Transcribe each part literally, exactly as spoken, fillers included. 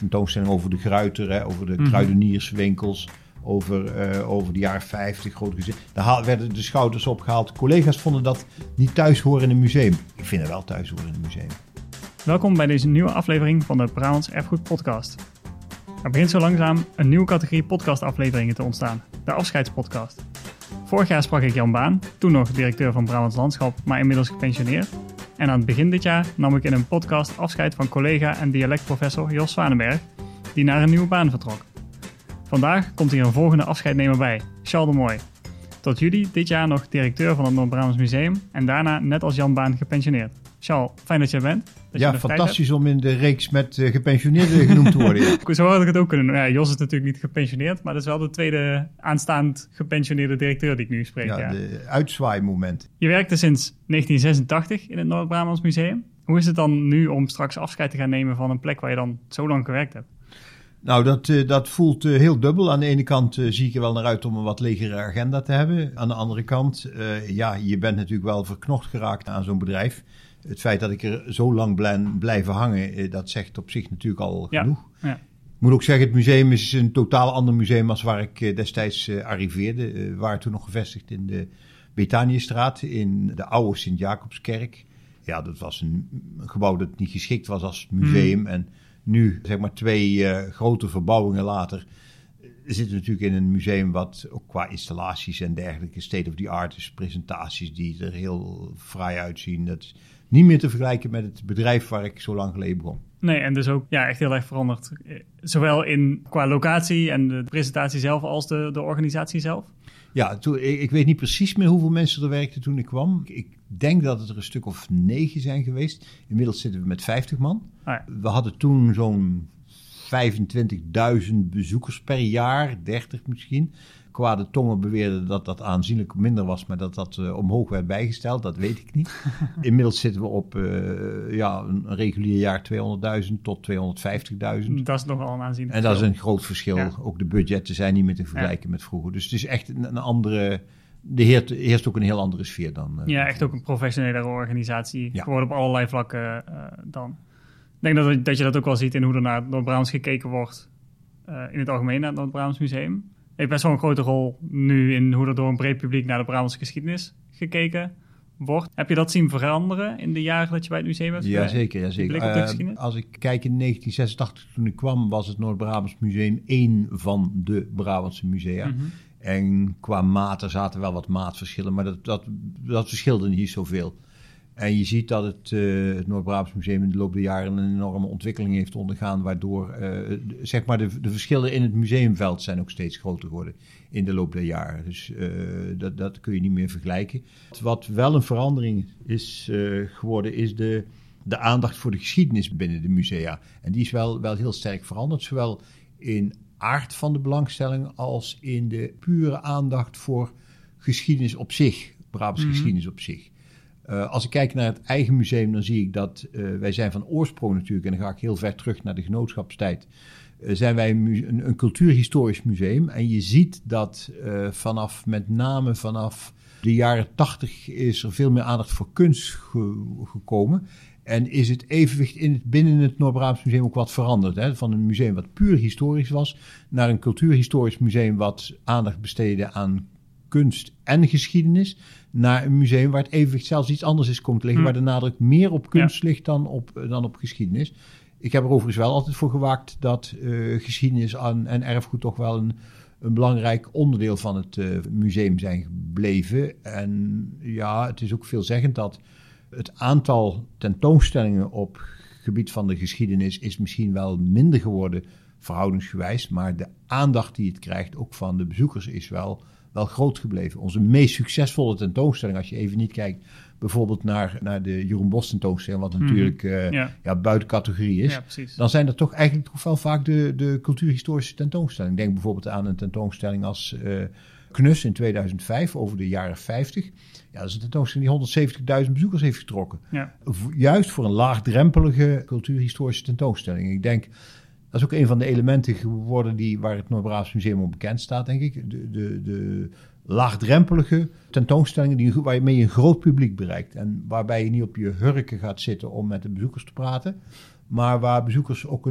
tentoonstelling over de Gruiter, hè, over de mm-hmm. kruidenierswinkels, over, uh, over de jaren vijftig, grote gezin. Daar werden de schouders opgehaald. Collega's vonden dat niet thuis horen in een museum. Ik vind het wel thuis horen in een museum. Welkom bij deze nieuwe aflevering van de Brabants Erfgoed Podcast. Er begint zo langzaam een nieuwe categorie podcastafleveringen te ontstaan, de afscheidspodcast. Vorig jaar sprak ik Jan Baan, toen nog directeur van Brabants Landschap, maar inmiddels gepensioneerd. En aan het begin dit jaar nam ik in een podcast afscheid van collega en dialectprofessor Jos Zwanenberg, die naar een nieuwe baan vertrok. Vandaag komt hier een volgende afscheidnemer bij, Charles de Mooi. Tot juli dit jaar nog directeur van het Noord-Brabants Museum en daarna net als Jan Baan gepensioneerd. Charles, fijn dat je er bent. Dat ja, je fantastisch om in de reeks met uh, gepensioneerden genoemd te worden. Ja. Zo had ik het ook kunnen doen. Ja, Jos is natuurlijk niet gepensioneerd, maar dat is wel de tweede aanstaand gepensioneerde directeur die ik nu spreek. Ja, ja. de uitzwaaimoment. Je werkte sinds negentien zesentachtig in het Noord-Brabants Museum. Hoe is het dan nu om straks afscheid te gaan nemen van een plek waar je dan zo lang gewerkt hebt? Nou, dat, uh, dat voelt uh, heel dubbel. Aan de ene kant uh, zie ik er wel naar uit om een wat legere agenda te hebben. Aan de andere kant, uh, ja, je bent natuurlijk wel verknocht geraakt aan zo'n bedrijf. Het feit dat ik er zo lang blijf, blijven hangen, uh, dat zegt op zich natuurlijk al ja. genoeg. Ja. Ik moet ook zeggen, het museum is een totaal ander museum als waar ik uh, destijds uh, arriveerde. Uh, we waren toen nog gevestigd in de Betaniëstraat, in de oude Sint-Jacobskerk. Ja, dat was een, een gebouw dat niet geschikt was als museum mm. en nu, zeg maar twee uh, grote verbouwingen later, zitten we natuurlijk in een museum wat ook qua installaties en dergelijke state of the art is, presentaties die er heel fraai uitzien. Dat is niet meer te vergelijken met het bedrijf waar ik zo lang geleden begon. Nee, en dus ook ja, echt heel erg veranderd. Zowel in qua locatie en de presentatie zelf als de, de organisatie zelf. Ja, toen, ik, ik weet niet precies meer hoeveel mensen er werkten toen ik kwam. Ik, ik denk dat het er een stuk of negen zijn geweest. Inmiddels zitten we met vijftig man. Ah, ja. We hadden toen zo'n vijfentwintigduizend bezoekers per jaar, dertig misschien. Kwade tongen beweerden dat dat aanzienlijk minder was, maar dat dat uh, omhoog werd bijgesteld. Dat weet ik niet. Inmiddels zitten we op uh, ja, een regulier jaar tweehonderdduizend tot tweehonderdvijftigduizend. Dat is nogal een aanzienlijk En dat is verschil. een groot verschil. Ja. Ook de budgetten zijn niet meer te vergelijken ja. met vroeger. Dus het is echt een, een andere... Er heerst, heerst ook een heel andere sfeer dan... Uh, ja, echt ook een professionele organisatie. Ja. Geworden op allerlei vlakken uh, dan. Ik denk dat, dat je dat ook wel ziet in hoe er naar het Noord-Brabants gekeken wordt. Uh, in het algemeen naar het Noord-Brabants Museum. Heeft best wel een grote rol nu in hoe er door een breed publiek naar de Brabantse geschiedenis gekeken wordt. Heb je dat zien veranderen in de jaren dat je bij het museum hebt gewerkt? Ja, zeker. Ja, zeker. Uh, als ik kijk in negentien zesentachtig toen ik kwam, was het Noord-Brabants Museum één van de Brabantse musea. Mm-hmm. En qua maat, er zaten wel wat maatverschillen, maar dat, dat, dat verschilde niet zoveel. En je ziet dat het, uh, het Noord-Brabants Museum in de loop der jaren een enorme ontwikkeling heeft ondergaan, waardoor uh, zeg maar de, de verschillen in het museumveld zijn ook steeds groter geworden in de loop der jaren. Dus uh, dat, dat kun je niet meer vergelijken. Wat wel een verandering is uh, geworden, is de, de aandacht voor de geschiedenis binnen de musea. En die is wel, wel heel sterk veranderd, zowel in aard van de belangstelling als in de pure aandacht voor geschiedenis op zich, Brabantse mm-hmm. geschiedenis op zich. Uh, als ik kijk naar het eigen museum, dan zie ik dat uh, wij zijn van oorsprong natuurlijk, en dan ga ik heel ver terug naar de genootschapstijd, uh, zijn wij een, mu- een, een cultuurhistorisch museum. En je ziet dat uh, vanaf, met name vanaf de jaren tachtig, is er veel meer aandacht voor kunst ge- gekomen. En is het evenwicht in het, binnen het Noord-Brabants Museum ook wat veranderd. Hè? Van een museum wat puur historisch was, naar een cultuurhistorisch museum wat aandacht besteedde aan kunst en geschiedenis, naar een museum waar het evenwicht zelfs iets anders is komen te liggen, hmm. waar de nadruk meer op kunst ja. ligt dan op, dan op geschiedenis. Ik heb er overigens wel altijd voor gewaakt dat uh, geschiedenis aan, en erfgoed toch wel een, een belangrijk onderdeel van het uh, museum zijn gebleven. En ja, het is ook veelzeggend dat het aantal tentoonstellingen op gebied van de geschiedenis is misschien wel minder geworden, verhoudingsgewijs, maar de aandacht die het krijgt, ook van de bezoekers, is wel wel groot gebleven. Onze meest succesvolle tentoonstelling, als je even niet kijkt bijvoorbeeld naar, naar de Jeroen Bosch tentoonstelling, wat natuurlijk mm-hmm. uh, ja. Ja, buiten categorie is, ja, dan zijn dat toch eigenlijk toch wel vaak de, de cultuurhistorische tentoonstellingen. Denk bijvoorbeeld aan een tentoonstelling als uh, Knus in tweeduizend vijf over de jaren vijftig. Ja, dat is een tentoonstelling die honderdzeventigduizend bezoekers heeft getrokken. Ja. Juist voor een laagdrempelige cultuurhistorische tentoonstelling. Ik denk, dat is ook een van de elementen geworden die, waar het Noord-Brabants Museum op bekend staat, denk ik. De, de, de laagdrempelige tentoonstellingen die, waarmee je een groot publiek bereikt. En waarbij je niet op je hurken gaat zitten om met de bezoekers te praten, maar waar bezoekers ook een,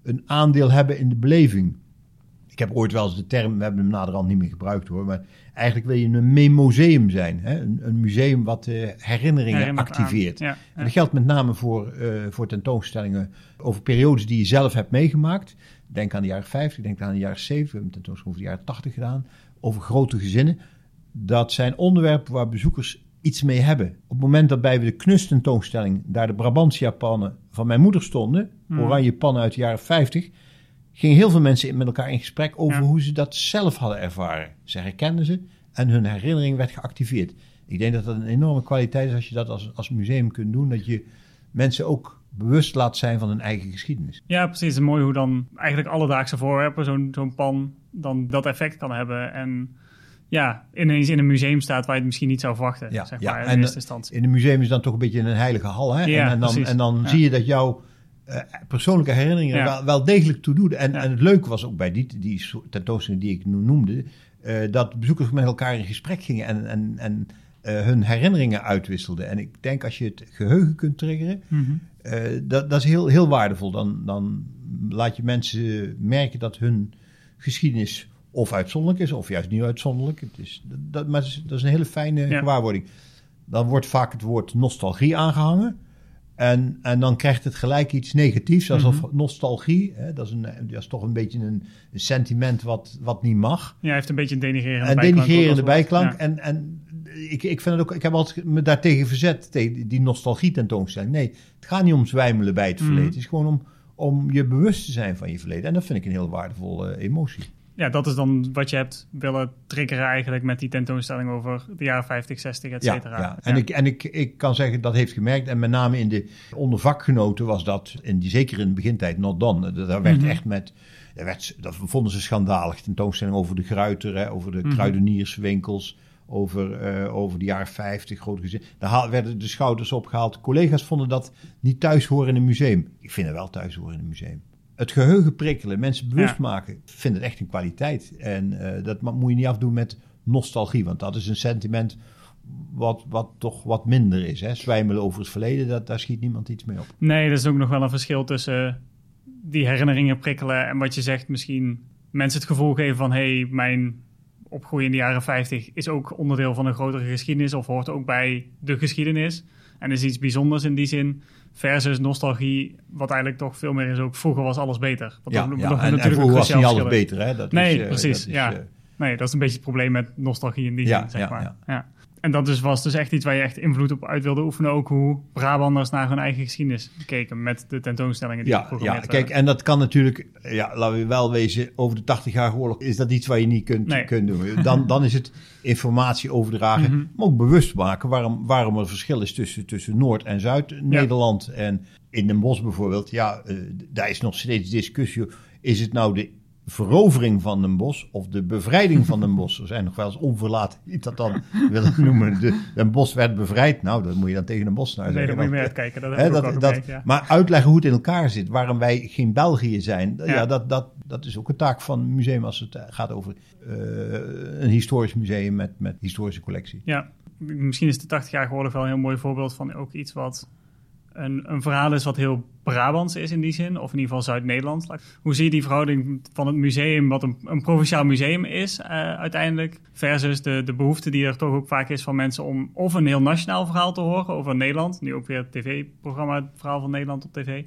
een aandeel hebben in de beleving. Ik heb ooit wel eens de term, we hebben hem naderhand niet meer gebruikt hoor, maar eigenlijk wil je een memoseum zijn. Hè? Een, een museum wat uh, herinneringen Herinnert activeert. Ja, ja. En dat geldt met name voor, uh, voor tentoonstellingen over periodes die je zelf hebt meegemaakt. Denk aan de jaren vijftig, denk aan de jaren zeventig, we hebben een tentoonstelling over de jaren tachtig gedaan, over grote gezinnen. Dat zijn onderwerpen waar bezoekers iets mee hebben. Op het moment dat bij de Knus tentoonstelling daar de Brabantia pannen van mijn moeder stonden, hmm. oranje pannen uit de jaren vijftig, gingen heel veel mensen met elkaar in gesprek over ja. hoe ze dat zelf hadden ervaren. Ze herkenden ze en hun herinnering werd geactiveerd. Ik denk dat dat een enorme kwaliteit is als je dat als, als museum kunt doen, dat je mensen ook bewust laat zijn van hun eigen geschiedenis. Ja, precies. Het is mooi hoe dan eigenlijk alledaagse voorwerpen, zo'n, zo'n pan, dan dat effect kan hebben en ja, ineens in een museum staat waar je het misschien niet zou verwachten. Ja, zeg maar, ja. in en eerste instantie. In een museum is dan toch een beetje een heilige hal. Hè? Ja, en, en dan, en dan ja. zie je dat jouw uh, persoonlijke herinneringen ja. wel, wel degelijk toe doen. En, ja. en het leuke was ook bij die, die tentoonstelling die ik noemde, uh, dat bezoekers met elkaar in gesprek gingen en, en, en uh, hun herinneringen uitwisselden. En ik denk als je het geheugen kunt triggeren, mm-hmm. uh, dat, dat is heel, heel waardevol. Dan, dan laat je mensen merken dat hun geschiedenis of uitzonderlijk is, of juist niet uitzonderlijk. Het is, dat, maar dat is, dat is een hele fijne ja. gewaarwording. Dan wordt vaak het woord nostalgie aangehangen. En, en dan krijgt het gelijk iets negatiefs, alsof mm-hmm. nostalgie, hè, dat, is een, dat is toch een beetje een, een sentiment wat, wat niet mag. Ja, hij heeft een beetje een denigrerende en bijklank. denigrerende bijklank. Ja. En, en ik, ik, vind het ook, ik heb altijd me daartegen verzet, tegen die nostalgie tentoonstelling. Nee, het gaat niet om zwijmelen bij het mm-hmm. verleden. Het is gewoon om, om je bewust te zijn van je verleden. En dat vind ik een heel waardevolle emotie. Ja, dat is dan wat je hebt willen triggeren eigenlijk met die tentoonstelling over de jaren vijftig, zestig, et cetera. Ja, ja. En, ja. Ik, en ik, ik kan zeggen, dat heeft gemerkt. En met name in de onder vakgenoten was dat, in die, zeker in de begintijd, not done. Daar werd mm-hmm. echt met, daar werd, dat vonden ze schandalig. Tentoonstelling over de Gruiter, hè, over de mm-hmm. kruidenierswinkels, over, uh, over de jaren vijftig, grote gezinnen. Daar werden de schouders opgehaald. Collega's vonden dat niet thuis horen in een museum. Ik vind het wel thuis horen in een museum. Het geheugen prikkelen, mensen bewust ja. maken, ik vind het echt een kwaliteit. En uh, dat moet je niet afdoen met nostalgie, want dat is een sentiment wat, wat toch wat minder is. Hè? Zwijmelen over het verleden, dat, daar schiet niemand iets mee op. Nee, er is ook nog wel een verschil tussen uh, die herinneringen prikkelen en wat je zegt, misschien mensen het gevoel geven van hé, hey, mijn opgroeien in de jaren vijftig is ook onderdeel van een grotere geschiedenis of hoort ook bij de geschiedenis. En is iets bijzonders in die zin. Versus nostalgie, wat eigenlijk toch veel meer is ook... Vroeger was alles beter. Wat ja, ook, ja. En, en vroeger was niet alles beter. Hè? Dat nee, is, uh, precies. Dat is, ja. uh... Nee, dat is een beetje het probleem met nostalgie in die ja, zin, zeg ja, maar. Ja. Ja. En dat dus was dus echt iets waar je echt invloed op uit wilde oefenen. Ook hoe Brabanders naar hun eigen geschiedenis keken met de tentoonstellingen die ja, geprogrammeerd ja, kijk, en dat kan natuurlijk... Ja, laten we wel wezen, over de tachtigjarige oorlog is dat iets waar je niet kunt, nee. kunt doen. Dan, dan is het informatie overdragen, mm-hmm. maar ook bewust maken waarom, waarom er verschil is tussen, tussen Noord- en Zuid-Nederland. Ja. En in Den Bosch bijvoorbeeld, ja, uh, daar is nog steeds discussie. Is het nou de verovering van Den Bosch of de bevrijding van Den Bosch? Er zijn nog wel eens onverlaten die dat dan willen noemen. De, Den Bosch werd bevrijd. Nou, dat moet je dan tegen Den Bosch naar zeggen. Nee, dat moet je mee uitkijken. Dat He, dat, dat, dat, dat, ja. Maar uitleggen hoe het in elkaar zit, waarom wij geen België zijn, ja. Ja, dat, dat, dat is ook een taak van een museum als het gaat over uh, een historisch museum met, met historische collectie. Ja, misschien is de tachtigjarige oorlog wel een heel mooi voorbeeld van ook iets wat Een, een verhaal is wat heel Brabants is in die zin, of in ieder geval Zuid-Nederland. Hoe zie je die verhouding van het museum, wat een, een provinciaal museum is uh, uiteindelijk, versus de, de behoefte die er toch ook vaak is van mensen om of een heel nationaal verhaal te horen over Nederland, nu ook weer het tv-programma, het verhaal van Nederland op tv,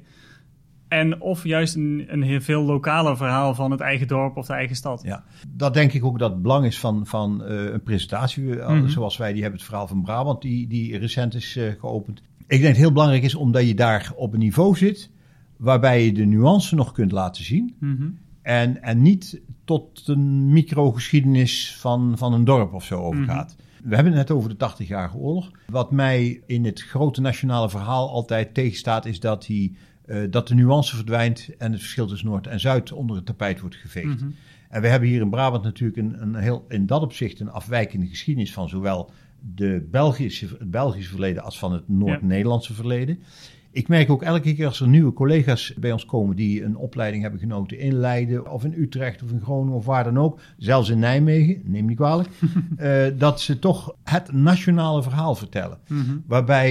en of juist een, een heel veel lokaler verhaal van het eigen dorp of de eigen stad. Ja, dat denk ik ook dat het belang is van, van uh, een presentatie, uh, mm-hmm. zoals wij, die hebben het verhaal van Brabant, die, die recent is uh, geopend. Ik denk dat het heel belangrijk is omdat je daar op een niveau zit waarbij je de nuance nog kunt laten zien. Mm-hmm. En, en niet tot een microgeschiedenis van, van een dorp of zo overgaat. Mm-hmm. We hebben het net over de tachtigjarige oorlog. Wat mij in het grote nationale verhaal altijd tegenstaat is dat, die, uh, dat de nuance verdwijnt en het verschil tussen Noord en Zuid onder het tapijt wordt geveegd. Mm-hmm. En we hebben hier in Brabant natuurlijk een, een heel, in dat opzicht een afwijkende geschiedenis van zowel de Belgische, het Belgische verleden als van het Noord-Nederlandse ja. verleden. Ik merk ook elke keer als er nieuwe collega's bij ons komen die een opleiding hebben genoten in Leiden of in Utrecht of in Groningen of waar dan ook, zelfs in Nijmegen, neem niet kwalijk, uh, dat ze toch het nationale verhaal vertellen. Mm-hmm. Waarbij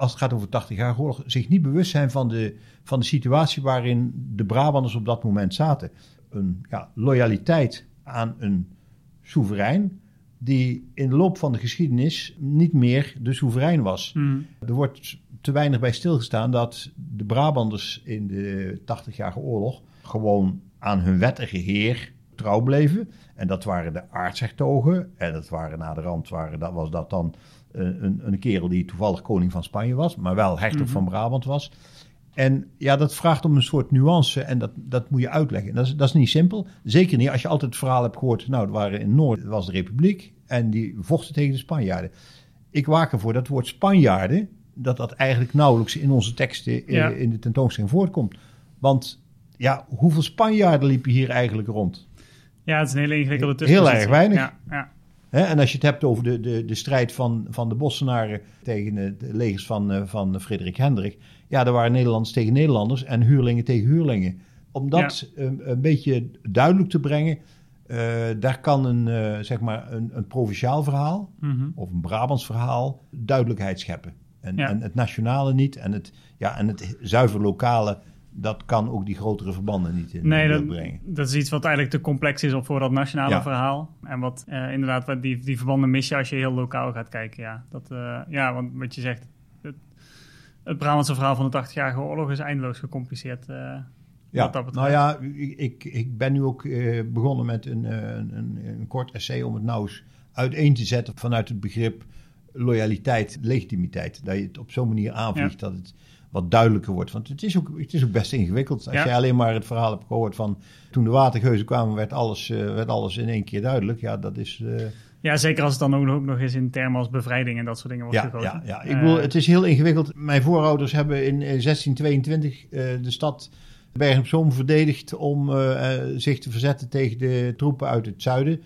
als het gaat over de tachtigjarige oorlog, zich niet bewust zijn van de, van de situatie waarin de Brabanders op dat moment zaten. Een ja, loyaliteit aan een soeverein die in de loop van de geschiedenis niet meer de soeverein was. Mm. Er wordt te weinig bij stilgestaan dat de Brabanders in de tachtigjarige oorlog gewoon aan hun wettige heer trouw bleven. En dat waren de aartshertogen. En dat waren na de rand waren, dat was dat dan een, een kerel die toevallig koning van Spanje was, maar wel hertog mm-hmm. van Brabant was. En ja, dat vraagt om een soort nuance en dat, dat moet je uitleggen. Dat is, dat is niet simpel. Zeker niet als je altijd het verhaal hebt gehoord. Nou, het waren in Noord was de Republiek en die vochten tegen de Spanjaarden. Ik waak ervoor dat het woord Spanjaarden, dat dat eigenlijk nauwelijks in onze teksten ja. in, in de tentoonstelling voortkomt. Want ja, hoeveel Spanjaarden liepen hier eigenlijk rond? Ja, het is een hele ingewikkelde tussenpositie. Heel erg weinig. Ja, ja. He, en als je het hebt over de, de, de strijd van, van de Bossenaren tegen de, de legers van, uh, van Frederik Hendrik. Ja, er waren Nederlanders tegen Nederlanders en huurlingen tegen huurlingen. Om dat ja. um, een beetje duidelijk te brengen, uh, daar kan een, uh, zeg maar een, een provinciaal verhaal mm-hmm. of een Brabants verhaal duidelijkheid scheppen. En, ja. en het nationale niet en het, ja, en het zuiver lokale, dat kan ook die grotere verbanden niet in nee, beeld dat, brengen. Dat is iets wat eigenlijk te complex is voor dat nationale ja. verhaal. En wat uh, inderdaad, wat die, die verbanden mis je als je heel lokaal gaat kijken. Ja, dat, uh, ja want wat je zegt, het, het Brabantse verhaal van de tachtigjarige oorlog is eindeloos gecompliceerd. Uh, ja, nou ja, ik, ik ben nu ook uh, begonnen met een, uh, een, een kort essay om het nou eens uiteen te zetten vanuit het begrip loyaliteit, legitimiteit. Dat je het op zo'n manier aanvliegt ja. dat het wat duidelijker wordt. Want het is ook, het is ook best ingewikkeld. Als ja. je alleen maar het verhaal hebt gehoord van toen de watergeuzen kwamen, werd alles, uh, werd alles in één keer duidelijk. Ja, dat is... Uh... Ja, zeker als het dan ook, ook nog eens in termen als bevrijding en dat soort dingen wordt ja, gegoten. Ja, ja. Ik bedoel, uh, het is heel ingewikkeld. Mijn voorouders hebben in zestien tweeëntwintig uh, de stad Bergen op Zoom verdedigd om uh, uh, zich te verzetten tegen de troepen uit het zuiden.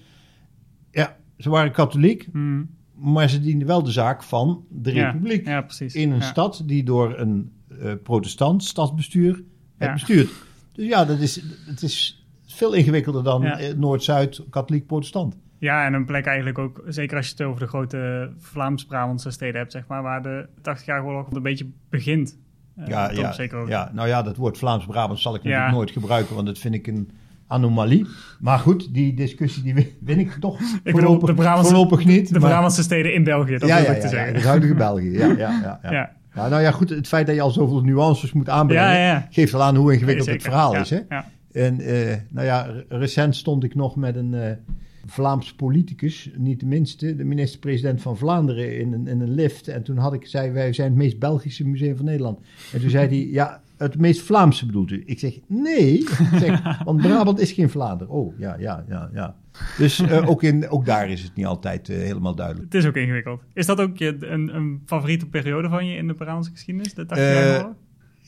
Ja, ze waren katholiek. Hmm. Maar ze dienden wel de zaak van de Republiek. Ja, ja, precies. In een ja. stad die door een uh, protestant stadsbestuur werd ja. bestuurd. Dus ja, dat is, het is veel ingewikkelder dan ja. Noord-Zuid, katholiek-protestant. Ja, en een plek eigenlijk ook, zeker als je het over de grote Vlaams-Brabantse steden hebt, zeg maar, waar de tachtigjarige oorlog een beetje begint. Uh, ja, ja, zeker ook. ja, nou ja, dat woord Vlaams-Brabant zal ik ja. natuurlijk nooit gebruiken, want dat vind ik een anomalie. Maar goed, die discussie die win ik toch ik voorlopig, de voorlopig niet. De Brabantse steden in België, dat ja, wil ja, ik te ja, zeggen. Ja, het huidige België, ja, ja, ja, ja. ja. ja. Nou ja, goed, het feit dat je al zoveel nuances moet aanbrengen, ja, ja, ja. geeft al aan hoe ingewikkeld ja, het verhaal ja, is. Hè? Ja. En uh, nou ja, recent stond ik nog met een uh, Vlaams politicus, niet de minste, de minister-president van Vlaanderen in een, in een lift. En toen had ik, zei, wij zijn het meest Belgische museum van Nederland. En toen zei hij, ja, het meest Vlaamse bedoelt u? Ik zeg, nee, ik zeg, want Brabant is geen Vlaanderen. Oh, ja, ja, ja, ja. Dus uh, ook, in, ook daar is het niet altijd uh, helemaal duidelijk. Het is ook ingewikkeld. Is dat ook je, een, een favoriete periode van je in de Brabantse geschiedenis, de tachtigjarige oorlog?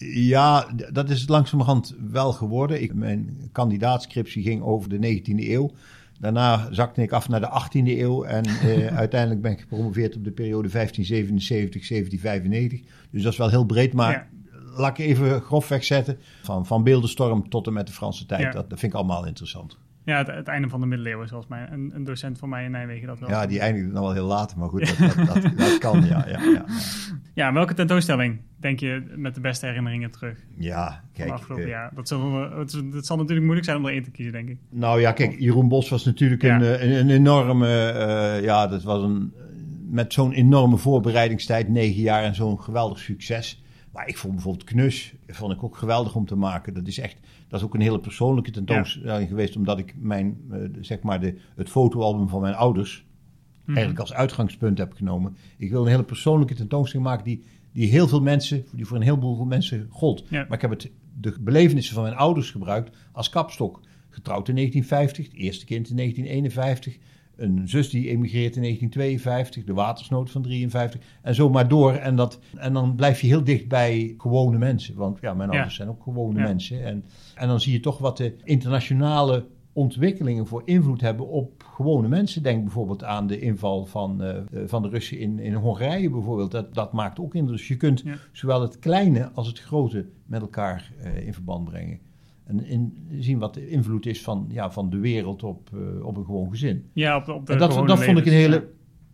Ja, dat is langzamerhand wel geworden. Ik, mijn kandidaatscriptie ging over de negentiende eeuw. Daarna zakte ik af naar de achttiende eeuw. En uh, uiteindelijk ben ik gepromoveerd op de periode vijftien zevenenzeventig tot zeventien vijfennegentig. Dus dat is wel heel breed, maar... Ja. Laat ik even grofweg zetten. Van, van Beeldenstorm tot en met de Franse tijd. Ja. Dat, dat vind ik allemaal interessant. Ja, het, het einde van de middeleeuwen, zoals mij, een, een docent van mij in Nijmegen dat wel. Ja, die eindigde nog wel heel laat, maar goed, dat, dat, dat, dat kan, ja, ja, ja. Ja, welke tentoonstelling denk je met de beste herinneringen terug? Ja, kijk. Van afgelopen uh, jaar. Dat zal, het, het zal natuurlijk moeilijk zijn om er één te kiezen, denk ik. Nou ja, kijk, Jeroen Bos was natuurlijk ja. een, een, een enorme, uh, ja, dat was een, met zo'n enorme voorbereidingstijd, negen jaar en zo'n geweldig succes. Maar ik vond bijvoorbeeld Knus, vond ik ook geweldig om te maken. Dat is echt, dat is ook een hele persoonlijke tentoonstelling ja. geweest, omdat ik mijn, uh, zeg maar de, het fotoalbum van mijn ouders mm-hmm. eigenlijk als uitgangspunt heb genomen. Ik wil een hele persoonlijke tentoonstelling maken die, die heel veel mensen, die voor een heleboel mensen gold. Ja. Maar ik heb het, de belevenissen van mijn ouders gebruikt als kapstok. Getrouwd in negentien vijftig, het eerste kind in negentien eenenvijftig... Een zus die emigreert in negentien tweeënvijftig, de watersnood van drieënvijftig en zo maar door. En, dat, en dan blijf je heel dicht bij gewone mensen. Want ja, mijn ouders ja. zijn ook gewone ja. mensen. En, en dan zie je toch wat de internationale ontwikkelingen voor invloed hebben op gewone mensen. Denk bijvoorbeeld aan de inval van, uh, van de Russen in, in Hongarije bijvoorbeeld. Dat, dat maakt ook indruk. Dus je kunt ja. zowel het kleine als het grote met elkaar uh, in verband brengen. En in, zien wat de invloed is van, ja, van de wereld op, uh, op een gewoon gezin. Ja, op, op de en dat, gewone dat vond ik een hele,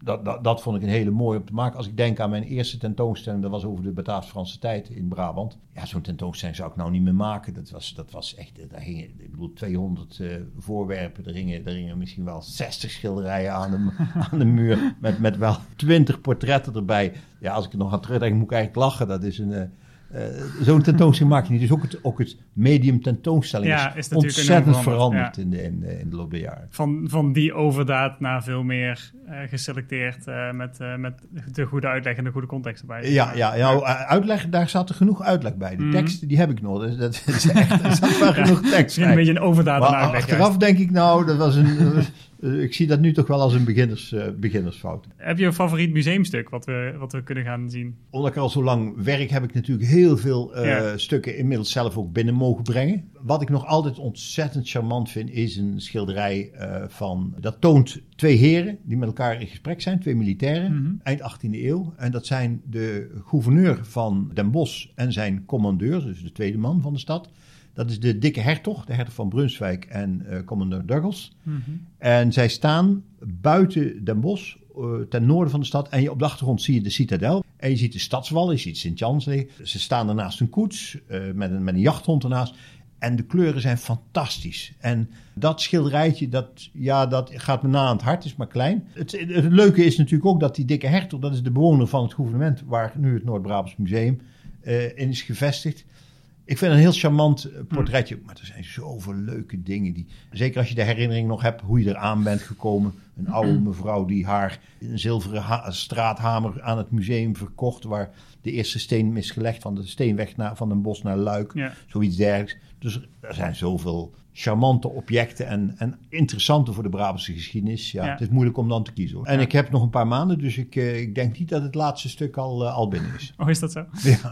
dat, dat, dat vond ik een hele mooie om te maken. Als ik denk aan mijn eerste tentoonstelling, dat was over de Bataafs-Franse tijd in Brabant. Ja, zo'n tentoonstelling zou ik nou niet meer maken. Dat was, dat was echt, daar hingen, ik bedoel, tweehonderd uh, voorwerpen. Er hingen, er hingen misschien wel zestig schilderijen aan de, aan de muur. Met, met wel twintig portretten erbij. Ja, als ik er nog aan terugdenk, moet ik eigenlijk lachen. Dat is een... Uh, Uh, zo'n tentoonstelling maak je niet. Dus ook het, ook het medium tentoonstelling ja, is, is ontzettend veranderd ja. in, de, in, de, in de loop der jaren. Van, van die overdaad naar veel meer uh, geselecteerd uh, met, uh, met de goede uitleg en de goede context erbij. Ja, ja, ja, nou, uitleg, daar zat er genoeg uitleg bij. De mm. teksten, die heb ik nog. Dus dat is echt, er zat wel genoeg tekst Misschien een beetje een overdaad maar en uitleg. Achteraf juist. denk ik nou, dat was een... Uh, ik zie dat nu toch wel als een beginners, uh, beginnersfout. Heb je een favoriet museumstuk wat we, wat we kunnen gaan zien? Omdat ik al zo lang werk, heb ik natuurlijk heel veel uh, ja. stukken inmiddels zelf ook binnen mogen brengen. Wat ik nog altijd ontzettend charmant vind, is een schilderij uh, van... Dat toont twee heren die met elkaar in gesprek zijn, twee militairen, mm-hmm. eind achttiende eeuw. En dat zijn de gouverneur van Den Bosch en zijn commandeur, dus de tweede man van de stad. Dat is de dikke hertog, de hertog van Brunswijk en uh, commandeur Douglas. Mm-hmm. En zij staan buiten Den Bosch, uh, ten noorden van de stad. En je, op de achtergrond zie je de citadel. En je ziet de stadswal, je ziet Sint-Jans liggen. Ze staan er naast een koets, uh, met, een, met een jachthond ernaast. En de kleuren zijn fantastisch. En dat schilderijtje, dat, ja, dat gaat me na aan het hart, is maar klein. Het, het, het leuke is natuurlijk ook dat die dikke hertog, dat is de bewoner van het gouvernement, waar nu het Noord-Brabants Museum uh, in is gevestigd. Ik vind een heel charmant portretje, maar er zijn zoveel leuke dingen. Die, zeker als je de herinnering nog hebt hoe je eraan bent gekomen. Een oude mevrouw die haar een zilveren ha- straathamer aan het museum verkocht, waar de eerste steen is gelegd van de steenweg naar, van Den Bosch naar Luik. Ja. Zoiets dergelijks. Dus er zijn zoveel charmante objecten en, en interessante voor de Brabantse geschiedenis. Ja, ja. Het is moeilijk om dan te kiezen, hoor. En ja. ik heb nog een paar maanden, dus ik, uh, ik denk niet dat het laatste stuk al, uh, al binnen is. Oh, is dat zo? Ja.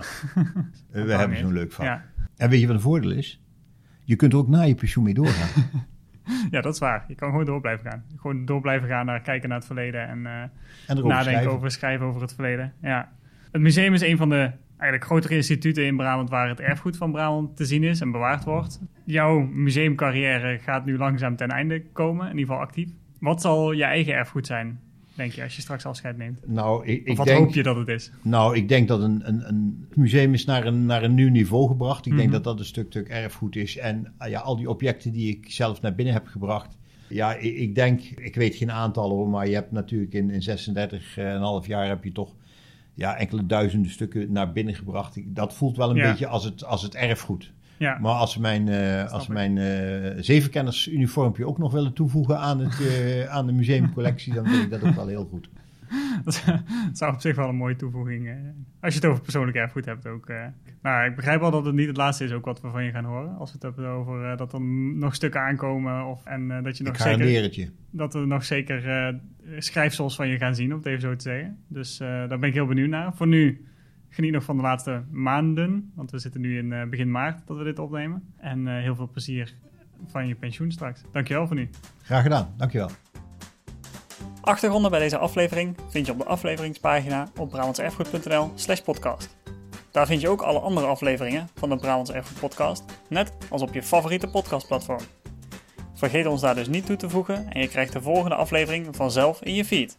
We hebben zo'n leuk vak. Ja. En weet je wat een voordeel is? Je kunt er ook na je pensioen mee doorgaan. Ja, dat is waar. Je kan gewoon door blijven gaan. Gewoon door blijven gaan naar kijken naar het verleden en, uh, en nadenken schrijven. over schrijven over het verleden. Ja. Het museum is een van de eigenlijk grotere instituten in Brabant waar het erfgoed van Brabant te zien is en bewaard wordt. Jouw museumcarrière gaat nu langzaam ten einde komen, in ieder geval actief. Wat zal je eigen erfgoed zijn, denk je, als je straks afscheid neemt? Nou, ik, ik of wat denk, hoop je dat het is? Nou, ik denk dat een, een, een museum is naar een, naar een nieuw niveau gebracht. Ik mm-hmm. denk dat dat een stuk, stuk erfgoed is. En ja, al die objecten die ik zelf naar binnen heb gebracht. Ja, ik, ik denk, ik weet geen aantallen hoor, maar je hebt natuurlijk in, in zesendertig komma vijf jaar heb je toch ja, enkele duizenden stukken naar binnen gebracht. Dat voelt wel een ja. beetje als het, als het erfgoed. Ja. Maar als ze mijn, uh, als mijn uh, zevenkennersuniformpje ook nog willen toevoegen aan, het, uh, aan de museumcollectie, dan vind ik dat ook wel heel goed. Dat zou op zich wel een mooie toevoeging zijn. Als je het over persoonlijk erfgoed hebt ook. Uh. Nou, ik begrijp wel dat het niet het laatste is ook wat we van je gaan horen. Als we het hebben over uh, dat er nog stukken aankomen. Of, en uh, dat je nog ik zeker, het je. Dat we nog zeker uh, schrijfsels van je gaan zien, om het even zo te zeggen. Dus uh, daar ben ik heel benieuwd naar. Voor nu geniet nog van de laatste maanden. Want we zitten nu in uh, begin maart dat we dit opnemen. En uh, heel veel plezier van je pensioen straks. Dankjewel voor nu. Graag gedaan, dankjewel. Achtergronden bij deze aflevering vind je op de afleveringspagina op brabantserfgoed punt n l slash podcast. Daar vind je ook alle andere afleveringen van de Brabants Erfgoed podcast, net als op je favoriete podcastplatform. Vergeet ons daar dus niet toe te voegen en je krijgt de volgende aflevering vanzelf in je feed.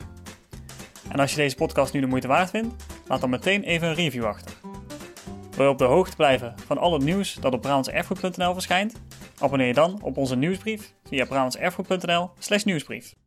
En als je deze podcast nu de moeite waard vindt, laat dan meteen even een review achter. Wil je op de hoogte blijven van al het nieuws dat op brabantserfgoed punt n l verschijnt? Abonneer je dan op onze nieuwsbrief via brabantserfgoed punt n l slash nieuwsbrief.